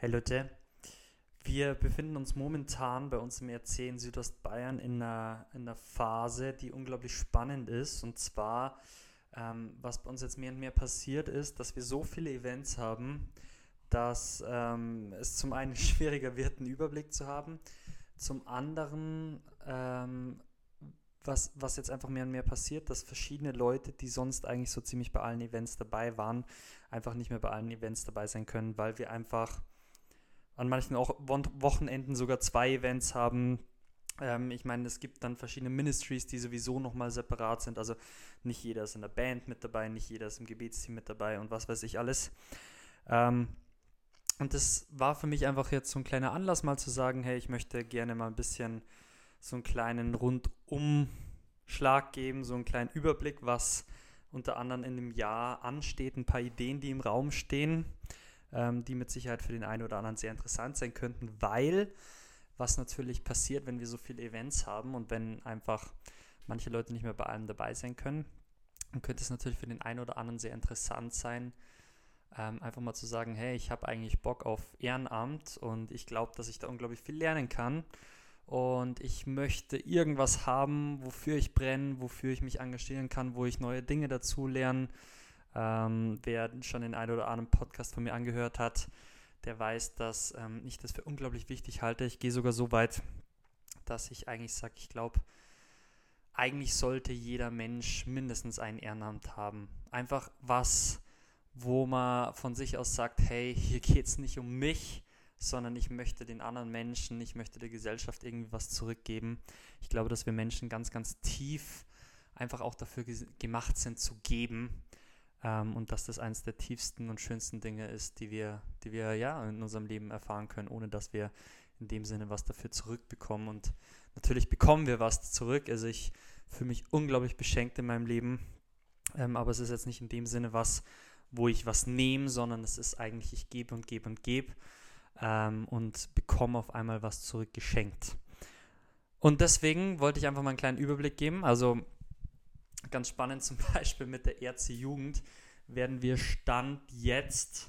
Hey Leute, wir befinden uns momentan bei uns im RC in Südostbayern in einer Phase, die unglaublich spannend ist. Und zwar, was bei uns jetzt mehr und mehr passiert ist, dass wir so viele Events haben, dass es zum einen schwieriger wird, einen Überblick zu haben. Zum anderen, was jetzt einfach mehr und mehr passiert, dass verschiedene Leute, die sonst eigentlich so ziemlich bei allen Events dabei waren, einfach nicht mehr bei allen Events dabei sein können, weil wir einfach an manchen auch Wochenenden sogar zwei Events haben. Ich meine, es gibt dann verschiedene Ministries, die sowieso nochmal separat sind. Also nicht jeder ist in der Band mit dabei, nicht jeder ist im Gebetsteam mit dabei und was weiß ich alles. Ähm, und das war für mich einfach jetzt so ein kleiner Anlass, mal zu sagen, hey, ich möchte gerne mal ein bisschen so einen kleinen Rundumschlag geben, so einen kleinen Überblick, was unter anderem in dem Jahr ansteht, ein paar Ideen, die im Raum stehen, die mit Sicherheit für den einen oder anderen sehr interessant sein könnten, weil was natürlich passiert, wenn wir so viele Events haben und wenn einfach manche Leute nicht mehr bei allem dabei sein können, dann könnte es natürlich für den einen oder anderen sehr interessant sein, einfach mal zu sagen, hey, ich habe eigentlich Bock auf Ehrenamt und ich glaube, dass ich da unglaublich viel lernen kann und ich möchte irgendwas haben, wofür ich brenne, wofür ich mich engagieren kann, wo ich neue Dinge dazu lerne. Wer schon den einen oder anderen Podcast von mir angehört hat, der weiß, dass ich das für unglaublich wichtig halte. Ich gehe sogar so weit, dass ich eigentlich sage, ich glaube, eigentlich sollte jeder Mensch mindestens ein Ehrenamt haben. Einfach was, wo man von sich aus sagt, hey, hier geht es nicht um mich, sondern ich möchte den anderen Menschen, ich möchte der Gesellschaft irgendwie was zurückgeben. Ich glaube, dass wir Menschen ganz, ganz tief einfach auch dafür gemacht sind zu geben, und dass das eines der tiefsten und schönsten Dinge ist, die wir ja in unserem Leben erfahren können, ohne dass wir in dem Sinne was dafür zurückbekommen. Und natürlich bekommen wir was zurück. Also ich fühle mich unglaublich beschenkt in meinem Leben, aber es ist jetzt nicht in dem Sinne was, wo ich was nehme, sondern es ist eigentlich, ich gebe und gebe und gebe, und bekomme auf einmal was zurückgeschenkt. Und deswegen wollte ich einfach mal einen kleinen Überblick geben. Also ganz spannend zum Beispiel mit der RC-Jugend werden wir Stand jetzt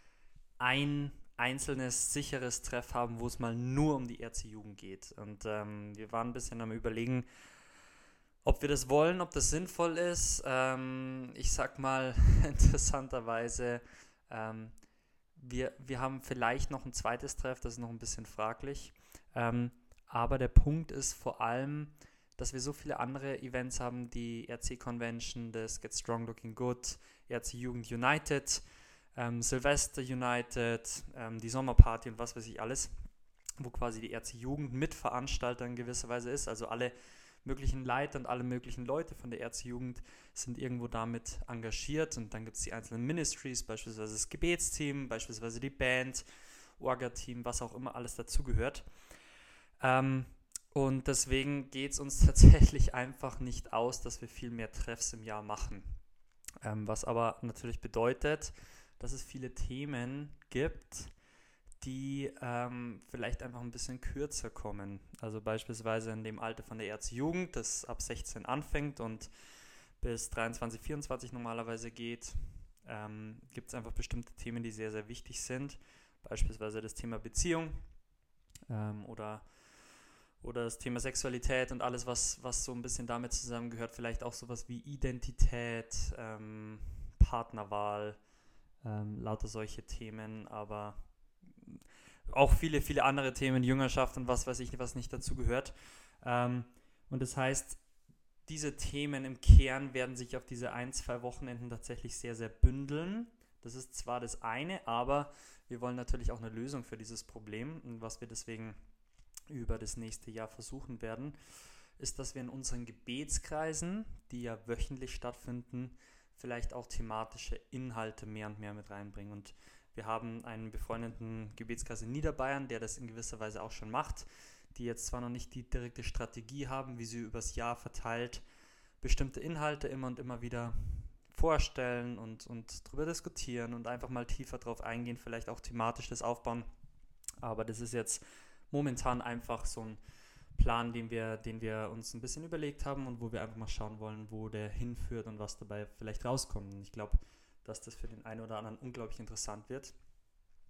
ein einzelnes sicheres Treff haben, wo es mal nur um die RC-Jugend geht. Und wir waren ein bisschen am Überlegen, ob wir das wollen, ob das sinnvoll ist. Ich sag mal interessanterweise, ähm, wir haben vielleicht noch ein zweites Treff, das ist noch ein bisschen fraglich. Ähm, aber der Punkt ist vor allem, dass wir so viele andere Events haben, die RC Convention, das Get Strong Looking Good, RC Jugend United, Silvester United, die Sommerparty und was weiß ich alles, wo quasi die RC Jugend Mitveranstalter in gewisser Weise ist. Also alle möglichen Leiter und alle möglichen Leute von der RC Jugend sind irgendwo damit engagiert. Und dann gibt es die einzelnen Ministries, beispielsweise das Gebetsteam, beispielsweise die Band, Orga-Team, was auch immer alles dazugehört. Und deswegen geht es uns tatsächlich einfach nicht aus, dass wir viel mehr Treffs im Jahr machen. Was aber natürlich bedeutet, dass es viele Themen gibt, die vielleicht einfach ein bisschen kürzer kommen. Also beispielsweise in dem Alter von der Erzjugend, das ab 16 anfängt und bis 23, 24 normalerweise geht, gibt es einfach bestimmte Themen, die sehr, sehr wichtig sind. Beispielsweise das Thema Beziehung, oder das Thema Sexualität und alles, was so ein bisschen damit zusammengehört. Vielleicht auch sowas wie Identität, Partnerwahl, lauter solche Themen, aber auch viele, viele andere Themen, Jüngerschaft und was weiß ich, was nicht dazu gehört. Und das heißt, diese Themen im Kern werden sich auf diese ein, zwei Wochenenden tatsächlich sehr, sehr bündeln. Das ist zwar das eine, aber wir wollen natürlich auch eine Lösung für dieses Problem. Und was wir deswegen über das nächste Jahr versuchen werden, ist, dass wir in unseren Gebetskreisen, die ja wöchentlich stattfinden, vielleicht auch thematische Inhalte mehr und mehr mit reinbringen. Und wir haben einen befreundeten Gebetskreis in Niederbayern, der das in gewisser Weise auch schon macht, die jetzt zwar noch nicht die direkte Strategie haben, wie sie übers Jahr verteilt bestimmte Inhalte immer und immer wieder vorstellen und darüber diskutieren und einfach mal tiefer drauf eingehen, vielleicht auch thematisch das aufbauen. Aber das ist jetzt momentan einfach so ein Plan, den wir uns ein bisschen überlegt haben und wo wir einfach mal schauen wollen, wo der hinführt und was dabei vielleicht rauskommt. Und ich glaube, dass das für den einen oder anderen unglaublich interessant wird.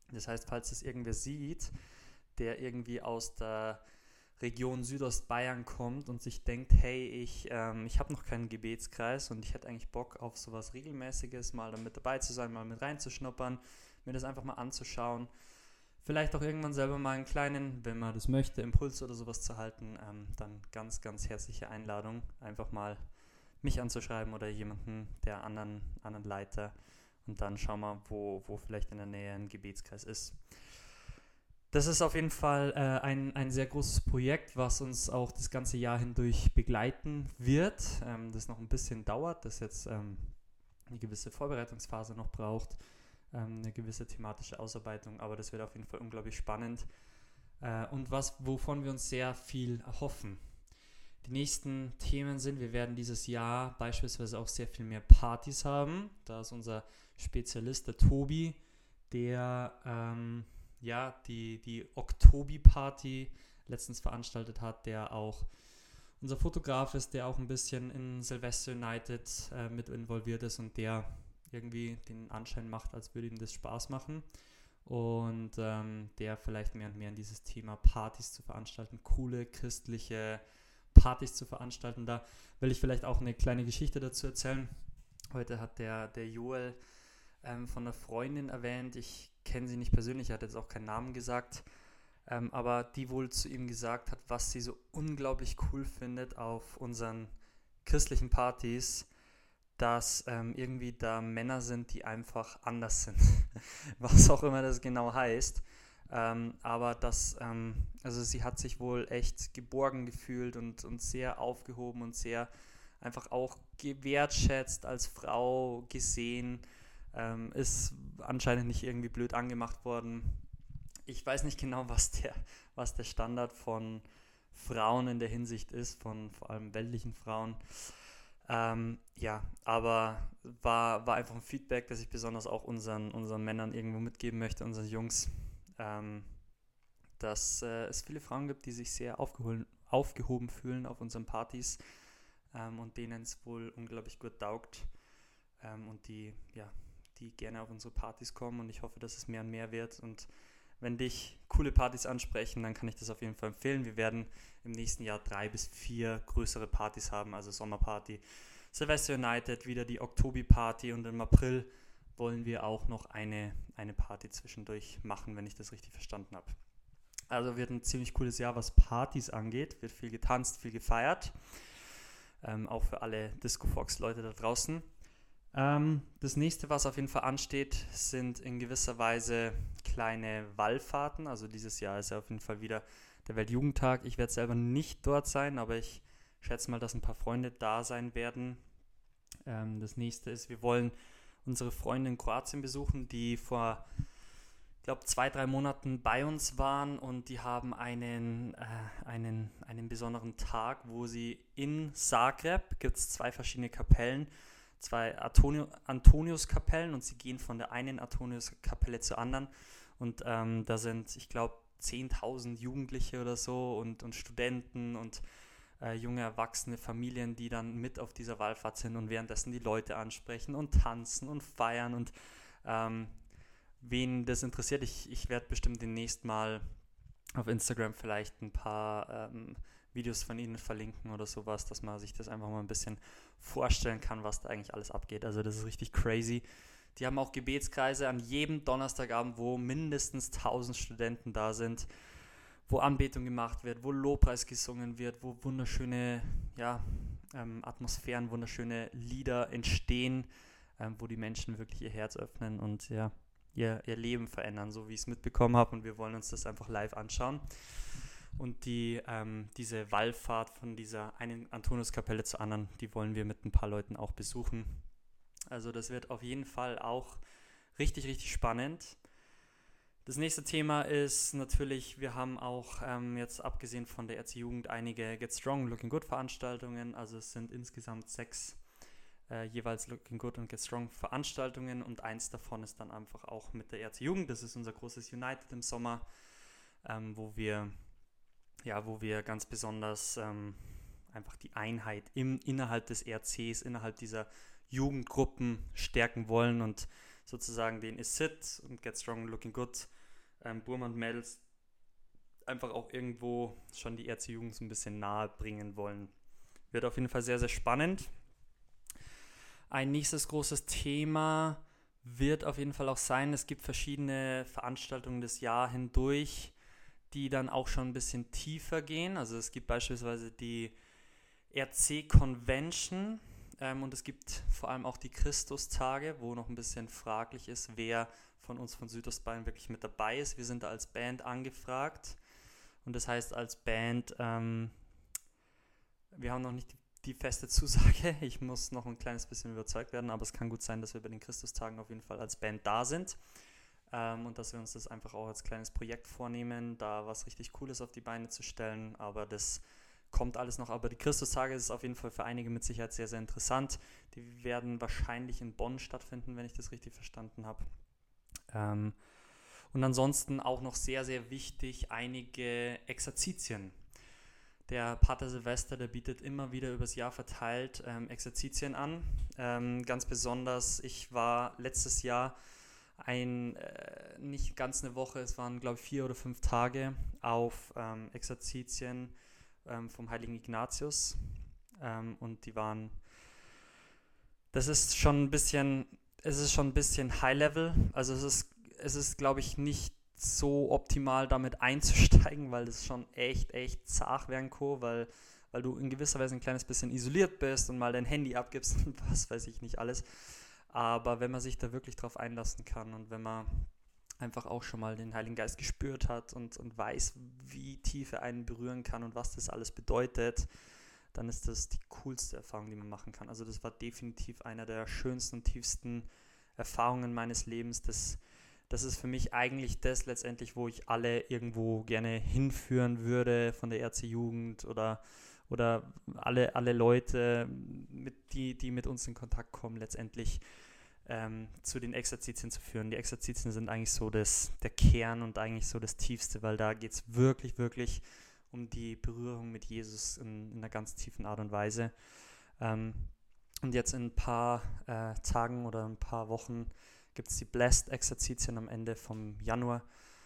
Das heißt, falls es irgendwer sieht, der irgendwie aus der Region Südostbayern kommt und sich denkt, hey, ich habe noch keinen Gebetskreis und ich hätte eigentlich Bock auf sowas Regelmäßiges, mal da mit dabei zu sein, mal mit reinzuschnuppern, mir das einfach mal anzuschauen. Vielleicht auch irgendwann selber mal einen kleinen, wenn man das möchte, Impuls oder sowas zu halten, dann ganz, ganz herzliche Einladung, einfach mal mich anzuschreiben oder jemanden der anderen Leiter und dann schauen wir, wo vielleicht in der Nähe ein Gebetskreis ist. Das ist auf jeden Fall ein sehr großes Projekt, was uns auch das ganze Jahr hindurch begleiten wird. Das noch ein bisschen dauert, das jetzt eine gewisse Vorbereitungsphase noch braucht, eine gewisse thematische Ausarbeitung, aber das wird auf jeden Fall unglaublich spannend und wovon wir uns sehr viel erhoffen. Die nächsten Themen sind, wir werden dieses Jahr beispielsweise auch sehr viel mehr Partys haben. Da ist unser Spezialist, der Tobi, der die Oktobi-Party letztens veranstaltet hat, der auch unser Fotograf ist, der auch ein bisschen in Silvester United mit involviert ist und der irgendwie den Anschein macht, als würde ihm das Spaß machen und der vielleicht mehr und mehr in dieses Thema Partys zu veranstalten, coole christliche Partys zu veranstalten. Da will ich vielleicht auch eine kleine Geschichte dazu erzählen. Heute hat der Joel von einer Freundin erwähnt, ich kenne sie nicht persönlich, er hat jetzt auch keinen Namen gesagt, aber die wohl zu ihm gesagt hat, was sie so unglaublich cool findet auf unseren christlichen Partys, dass irgendwie da Männer sind, die einfach anders sind, was auch immer das genau heißt. Aber also sie hat sich wohl echt geborgen gefühlt und sehr aufgehoben und sehr einfach auch gewertschätzt als Frau gesehen, ist anscheinend nicht irgendwie blöd angemacht worden. Ich weiß nicht genau, was der Standard von Frauen in der Hinsicht ist, von vor allem weltlichen Frauen. Aber war einfach ein Feedback, das ich besonders auch unseren Männern irgendwo mitgeben möchte, unseren Jungs, dass es viele Frauen gibt, die sich sehr aufgehoben fühlen auf unseren Partys und denen es wohl unglaublich gut taugt und die gerne auf unsere Partys kommen und ich hoffe, dass es mehr und mehr wird und wenn dich coole Partys ansprechen, dann kann ich das auf jeden Fall empfehlen. Wir werden im nächsten Jahr 3 bis 4 größere Partys haben, also Sommerparty, Silvester United, wieder die Oktobi-Party und im April wollen wir auch noch eine Party zwischendurch machen, wenn ich das richtig verstanden habe. Also wird ein ziemlich cooles Jahr, was Partys angeht. Wird viel getanzt, viel gefeiert. Auch für alle Disco-Fox-Leute da draußen. Das nächste, was auf jeden Fall ansteht, sind in gewisser Weise kleine Wallfahrten. Also dieses Jahr ist ja auf jeden Fall wieder der Weltjugendtag. Ich werde selber nicht dort sein, aber ich schätze mal, dass ein paar Freunde da sein werden. Das nächste ist, wir wollen unsere Freunde in Kroatien besuchen, die vor, ich glaube, 2-3 Monaten bei uns waren und die haben einen besonderen Tag, wo sie in Zagreb, gibt es 2 verschiedene Kapellen, 2 Antoniuskapellen und sie gehen von der einen Antoniuskapelle zur anderen und da sind, ich glaube, 10.000 Jugendliche oder so und Studenten und junge erwachsene Familien, die dann mit auf dieser Wallfahrt sind und währenddessen die Leute ansprechen und tanzen und feiern und wen das interessiert, ich werde bestimmt demnächst mal auf Instagram vielleicht ein paar Videos von ihnen verlinken oder sowas, dass man sich das einfach mal ein bisschen vorstellen kann, was da eigentlich alles abgeht. Also das ist richtig crazy. Die haben auch Gebetskreise an jedem Donnerstagabend, wo mindestens 1000 Studenten da sind, wo Anbetung gemacht wird, wo Lobpreis gesungen wird, wo wunderschöne Atmosphären, wunderschöne Lieder entstehen, wo die Menschen wirklich ihr Herz öffnen und ihr Leben verändern, so wie ich es mitbekommen habe. Und wir wollen uns das einfach live anschauen. Und diese Wallfahrt von dieser einen Antoniuskapelle zur anderen, die wollen wir mit ein paar Leuten auch besuchen. Also das wird auf jeden Fall auch richtig, richtig spannend. Das nächste Thema ist natürlich, wir haben auch jetzt abgesehen von der RC-Jugend einige Get Strong, Looking Good Veranstaltungen. Also es sind insgesamt 6 jeweils Looking Good und Get Strong Veranstaltungen und eins davon ist dann einfach auch mit der RC-Jugend. Das ist unser großes United im Sommer, wo wir ganz besonders einfach die Einheit innerhalb des RCs, innerhalb dieser Jugendgruppen stärken wollen und sozusagen den Is It und Get Strong Looking Good Burm und Mädels einfach auch irgendwo schon die Ärztejugend so ein bisschen nahe bringen wollen. Wird auf jeden Fall sehr, sehr spannend. Ein nächstes großes Thema wird auf jeden Fall auch sein, es gibt verschiedene Veranstaltungen das Jahr hindurch, die dann auch schon ein bisschen tiefer gehen. Also es gibt beispielsweise die RC Convention und es gibt vor allem auch die Christustage, wo noch ein bisschen fraglich ist, wer von uns von Südostbayern wirklich mit dabei ist. Wir sind da als Band angefragt und das heißt als Band, wir haben noch nicht die feste Zusage. Ich muss noch ein kleines bisschen überzeugt werden, aber es kann gut sein, dass wir bei den Christustagen auf jeden Fall als Band da sind und dass wir uns das einfach auch als kleines Projekt vornehmen, da was richtig Cooles auf die Beine zu stellen, aber das kommt alles noch. Aber die Christustage ist auf jeden Fall für einige mit Sicherheit sehr, sehr interessant. Die werden wahrscheinlich in Bonn stattfinden, wenn ich das richtig verstanden habe. Und ansonsten auch noch sehr, sehr wichtig, einige Exerzitien. Der Pater Silvester, der bietet immer wieder übers Jahr verteilt Exerzitien an. Ganz besonders, ich war letztes Jahr nicht ganz eine Woche, es waren glaube ich 4 oder 5 Tage auf Exerzitien vom heiligen Ignatius. Und die waren, es ist schon ein bisschen High Level, also es ist glaube ich nicht so optimal damit einzusteigen, weil das schon echt zart wäre, weil du in gewisser Weise ein kleines bisschen isoliert bist und mal dein Handy abgibst und was weiß ich nicht alles. Aber wenn man sich da wirklich drauf einlassen kann und wenn man einfach auch schon mal den Heiligen Geist gespürt hat und weiß, wie tief er einen berühren kann und was das alles bedeutet, dann ist das die coolste Erfahrung, die man machen kann. Also das war definitiv einer der schönsten und tiefsten Erfahrungen meines Lebens. Das ist für mich eigentlich das letztendlich, wo ich alle irgendwo gerne hinführen würde von der RC-Jugend oder alle Leute, die mit uns in Kontakt kommen, letztendlich zu den Exerzitien zu führen. Die Exerzitien sind eigentlich so der Kern und eigentlich so das Tiefste, weil da geht es wirklich um die Berührung mit Jesus in einer ganz tiefen Art und Weise. Und jetzt in ein paar Tagen oder ein paar Wochen gibt es die Blessed-Exerzitien am Ende vom Januar.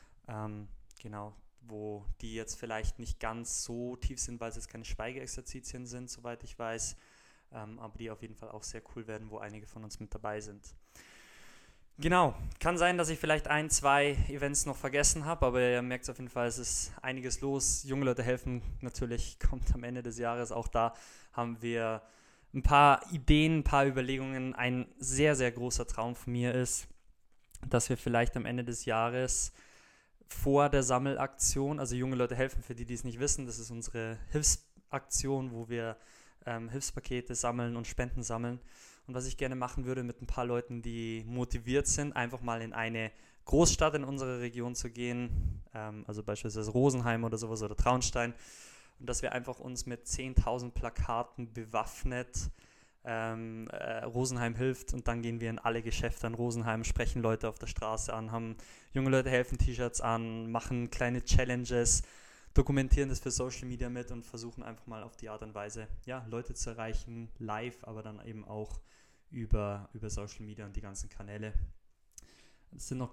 Genau, wo die jetzt vielleicht nicht ganz so tief sind, weil es jetzt keine Schweigeexerzitien sind, soweit ich weiß. Aber die auf jeden Fall auch sehr cool werden, wo einige von uns mit dabei sind. Genau, kann sein, dass ich vielleicht 1, 2 Events noch vergessen habe, aber ihr merkt es auf jeden Fall, es ist einiges los. Junge Leute helfen natürlich, kommt am Ende des Jahres. Auch da haben wir ein paar Ideen, ein paar Überlegungen. Ein sehr, sehr großer Traum von mir ist, dass wir vielleicht am Ende des Jahres vor der Sammelaktion, also Junge Leute helfen, für die es nicht wissen, das ist unsere Hilfsaktion, wo wir Hilfspakete sammeln und Spenden sammeln. Und was ich gerne machen würde mit ein paar Leuten, die motiviert sind, einfach mal in eine Großstadt in unserer Region zu gehen, also beispielsweise Rosenheim oder sowas oder Traunstein, und dass wir einfach uns mit 10.000 Plakaten bewaffnet Rosenheim hilft und dann gehen wir in alle Geschäfte an Rosenheim, sprechen Leute auf der Straße an, haben Junge Leute helfen T-Shirts an, machen kleine Challenges, dokumentieren das für Social Media mit und versuchen einfach mal auf die Art und Weise, ja, Leute zu erreichen, live, aber dann eben auch über Social Media und die ganzen Kanäle. Es sind noch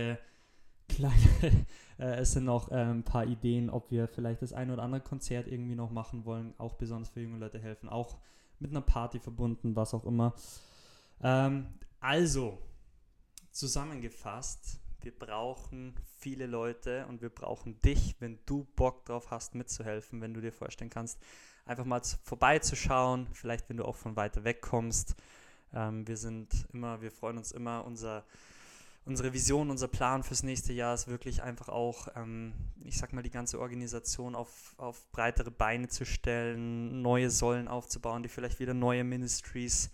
es sind noch ein paar Ideen, ob wir vielleicht das ein oder andere Konzert irgendwie noch machen wollen, auch besonders für junge Leute helfen, auch mit einer Party verbunden, was auch immer. Also, zusammengefasst, wir brauchen viele Leute und wir brauchen dich, wenn du Bock drauf hast, mitzuhelfen, wenn du dir vorstellen kannst, einfach mal vorbeizuschauen, vielleicht wenn du auch von weiter weg kommst. Wir freuen uns immer, unsere Vision, unser Plan fürs nächste Jahr ist wirklich einfach auch, ich sag mal, die ganze Organisation auf breitere Beine zu stellen, neue Säulen aufzubauen, die vielleicht wieder neue Ministries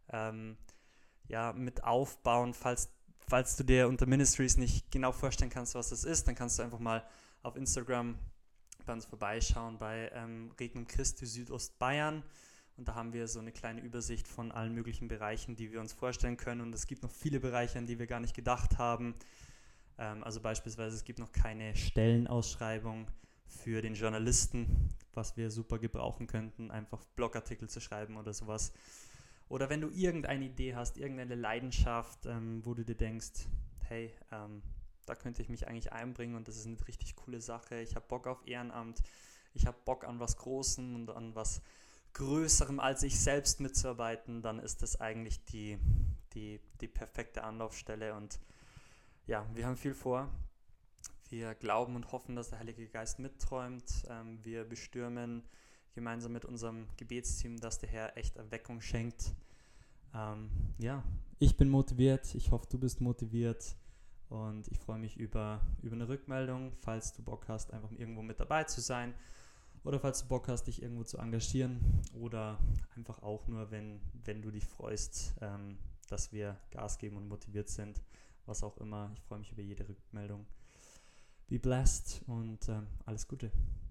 mit aufbauen. Falls du dir unter Ministries nicht genau vorstellen kannst, was das ist, dann kannst du einfach mal auf Instagram bei uns vorbeischauen bei Regnum Christi Südostbayern. Und da haben wir so eine kleine Übersicht von allen möglichen Bereichen, die wir uns vorstellen können. Und es gibt noch viele Bereiche, an die wir gar nicht gedacht haben. Also beispielsweise, es gibt noch keine Stellenausschreibung für den Journalisten, was wir super gebrauchen könnten, einfach Blogartikel zu schreiben oder sowas. Oder wenn du irgendeine Idee hast, irgendeine Leidenschaft, wo du dir denkst, hey, da könnte ich mich eigentlich einbringen und das ist eine richtig coole Sache. Ich habe Bock auf Ehrenamt, ich habe Bock an was Großem und an was Größerem als ich selbst mitzuarbeiten, dann ist das eigentlich die perfekte Anlaufstelle. Und ja, wir haben viel vor. Wir glauben und hoffen, dass der Heilige Geist mitträumt. Wir bestürmen gemeinsam mit unserem Gebetsteam, dass der Herr echt Erweckung schenkt. Ja, ich bin motiviert. Ich hoffe, du bist motiviert. Und ich freue mich über eine Rückmeldung, falls du Bock hast, einfach irgendwo mit dabei zu sein. Oder falls du Bock hast, dich irgendwo zu engagieren. Oder einfach auch nur, wenn du dich freust, dass wir Gas geben und motiviert sind. Was auch immer. Ich freue mich über jede Rückmeldung. Be blessed und alles Gute.